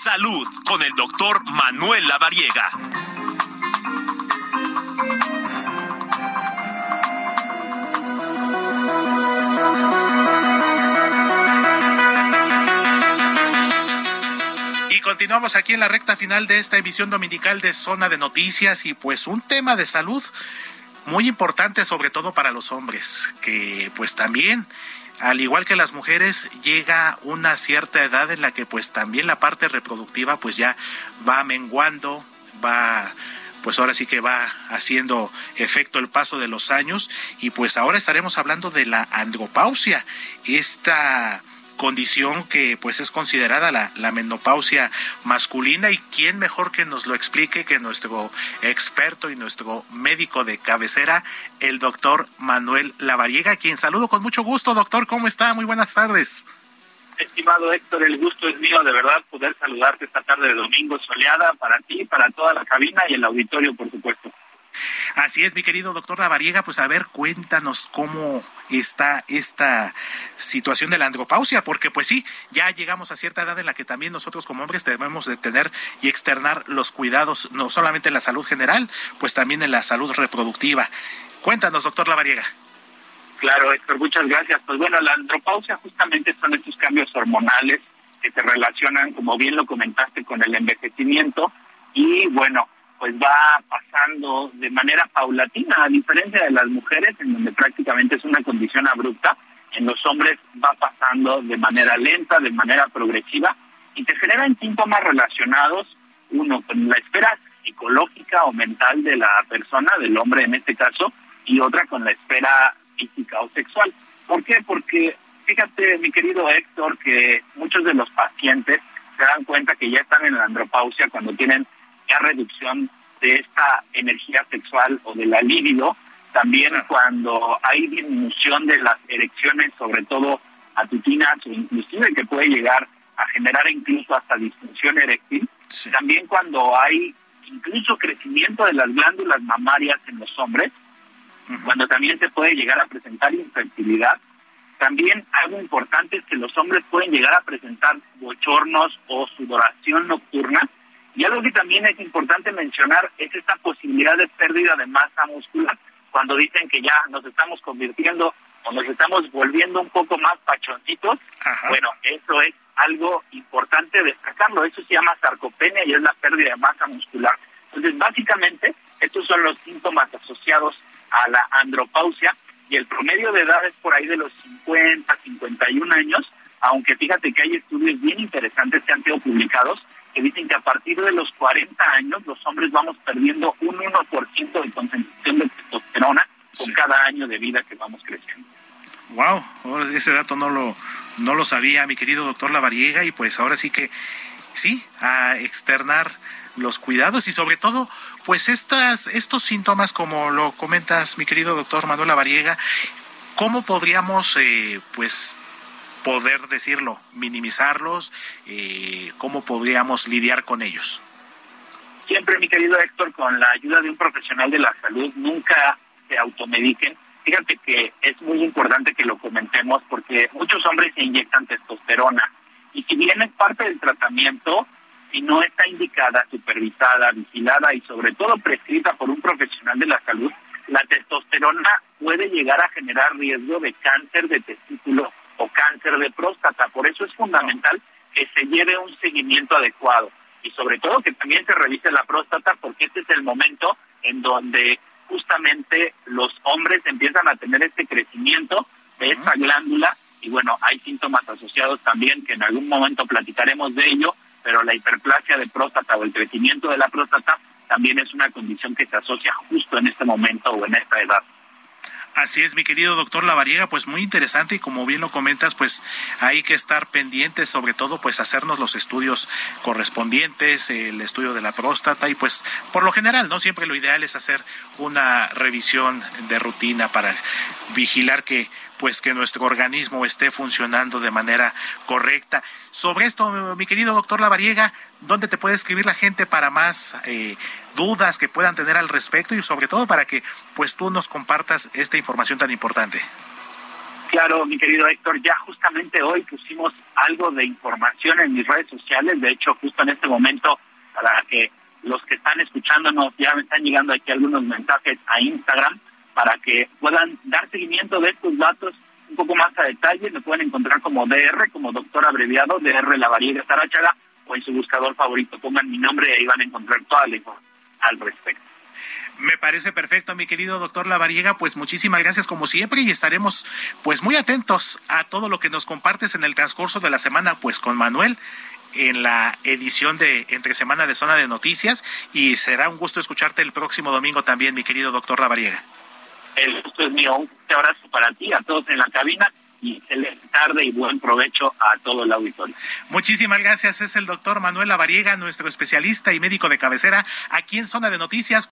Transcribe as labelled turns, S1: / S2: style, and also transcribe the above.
S1: Salud con el doctor Manuel Lavariega.
S2: Y continuamos aquí en la recta final de esta emisión dominical de Zona de Noticias y pues un tema de salud muy importante, sobre todo para los hombres, que pues también, al igual que las mujeres, llega una cierta edad en la que pues también la parte reproductiva pues ya va menguando, pues ahora sí que va haciendo efecto el paso de los años y pues ahora estaremos hablando de la andropausia, esta condición que pues es considerada la menopausia masculina, y quién mejor que nos lo explique que nuestro experto y nuestro médico de cabecera, el doctor Manuel Lavariega, a quien saludo con mucho gusto. Doctor, ¿cómo está? Muy buenas tardes.
S3: Estimado Héctor, el gusto es mío, de verdad, poder saludarte esta tarde de domingo soleada para ti, para toda la cabina y el auditorio, por supuesto.
S2: Así es, mi querido doctor Lavariega, pues a ver, cuéntanos cómo está esta situación de la andropausia, porque pues sí, ya llegamos a cierta edad en la que también nosotros como hombres debemos de tener y externar los cuidados, no solamente en la salud general, pues también en la salud reproductiva. Cuéntanos, doctor Lavariega.
S3: Claro, Héctor, muchas gracias. Pues bueno, la andropausia justamente son estos cambios hormonales que se relacionan, como bien lo comentaste, con el envejecimiento y bueno, pues va pasando de manera paulatina, a diferencia de las mujeres, en donde prácticamente es una condición abrupta. En los hombres va pasando de manera lenta, de manera progresiva, y te generan síntomas relacionados, uno con la esfera psicológica o mental de la persona, del hombre en este caso, y otra con la esfera física o sexual. ¿Por qué? Porque fíjate, mi querido Héctor, que muchos de los pacientes se dan cuenta que ya están en la andropausia cuando tienen ya reducción de esta energía sexual o de la libido, también cuando hay disminución de las erecciones, sobre todo matutinas, o inclusive que puede llegar a generar incluso hasta disfunción eréctil, también cuando hay incluso crecimiento de las glándulas mamarias en los hombres, cuando también se puede llegar a presentar infertilidad. También algo importante es que los hombres pueden llegar a presentar bochornos o sudoración nocturna. Y algo que también es importante mencionar es esta posibilidad de pérdida de masa muscular. Cuando dicen que ya nos estamos convirtiendo o nos estamos volviendo un poco más pachoncitos, bueno, eso es algo importante destacarlo. Eso se llama sarcopenia y es la pérdida de masa muscular. Entonces, básicamente, estos son los síntomas asociados a la andropausia y el promedio de edad es por ahí de los 50, 51 años, aunque fíjate que hay estudios bien interesantes que han sido publicados que dicen que a partir de los 40 años los hombres vamos perdiendo un 1% de concentración de testosterona con cada año de vida que vamos creciendo.
S2: Wow, ese dato no lo sabía, mi querido doctor Lavariega, y pues ahora sí que sí, a externar los cuidados y sobre todo pues estos síntomas, como lo comentas, mi querido doctor Manuel Lavariega, ¿cómo podríamos pues poder decirlo, minimizarlos? ¿Cómo podríamos lidiar con ellos?
S3: Siempre, mi querido Héctor, con la ayuda de un profesional de la salud, nunca se automediquen. Fíjate que es muy importante que lo comentemos porque muchos hombres se inyectan testosterona y si bien es parte del tratamiento, si no está indicada, supervisada, vigilada y sobre todo prescrita por un profesional de la salud, la testosterona puede llegar a generar riesgo de cáncer de testículo o cáncer de próstata. Por eso es fundamental que se lleve un seguimiento adecuado y sobre todo que también se revise la próstata, porque este es el momento en donde justamente los hombres empiezan a tener este crecimiento de esta glándula y bueno, hay síntomas asociados también que en algún momento platicaremos de ello, pero la hiperplasia de próstata o el crecimiento de la próstata también es una condición que se asocia justo en este momento o en esta edad.
S2: Así es, mi querido doctor Lavariega, pues muy interesante y como bien lo comentas, pues hay que estar pendientes, sobre todo pues hacernos los estudios correspondientes, el estudio de la próstata y pues por lo general, ¿no? Siempre lo ideal es hacer una revisión de rutina para vigilar que nuestro organismo esté funcionando de manera correcta. Sobre esto, mi querido doctor Lavariega, ¿dónde te puede escribir la gente para más dudas que puedan tener al respecto y sobre todo para que pues tú nos compartas esta información tan importante?
S3: Claro, mi querido Héctor, ya justamente hoy pusimos algo de información en mis redes sociales. De hecho, justo en este momento, para que los que están escuchándonos, ya me están llegando aquí algunos mensajes a Instagram para que puedan dar seguimiento de estos datos un poco más a detalle. Me pueden encontrar como DR, como doctor abreviado, DR Lavariega Sarachaga, o en su buscador favorito pongan mi nombre y ahí van a encontrar toda la información al respecto.
S2: Me parece perfecto, mi querido doctor Lavariega, pues muchísimas gracias como siempre y estaremos pues muy atentos a todo lo que nos compartes en el transcurso de la semana pues con Manuel en la edición de Entre Semana de Zona de Noticias, y será un gusto escucharte el próximo domingo también, mi querido doctor Lavariega.
S3: El gusto es mío, un fuerte abrazo para ti, a todos en la cabina, y excelente tarde y buen provecho a todo el auditorio.
S2: Muchísimas gracias, es el doctor Manuel Lavariega, nuestro especialista y médico de cabecera aquí en Zona de Noticias.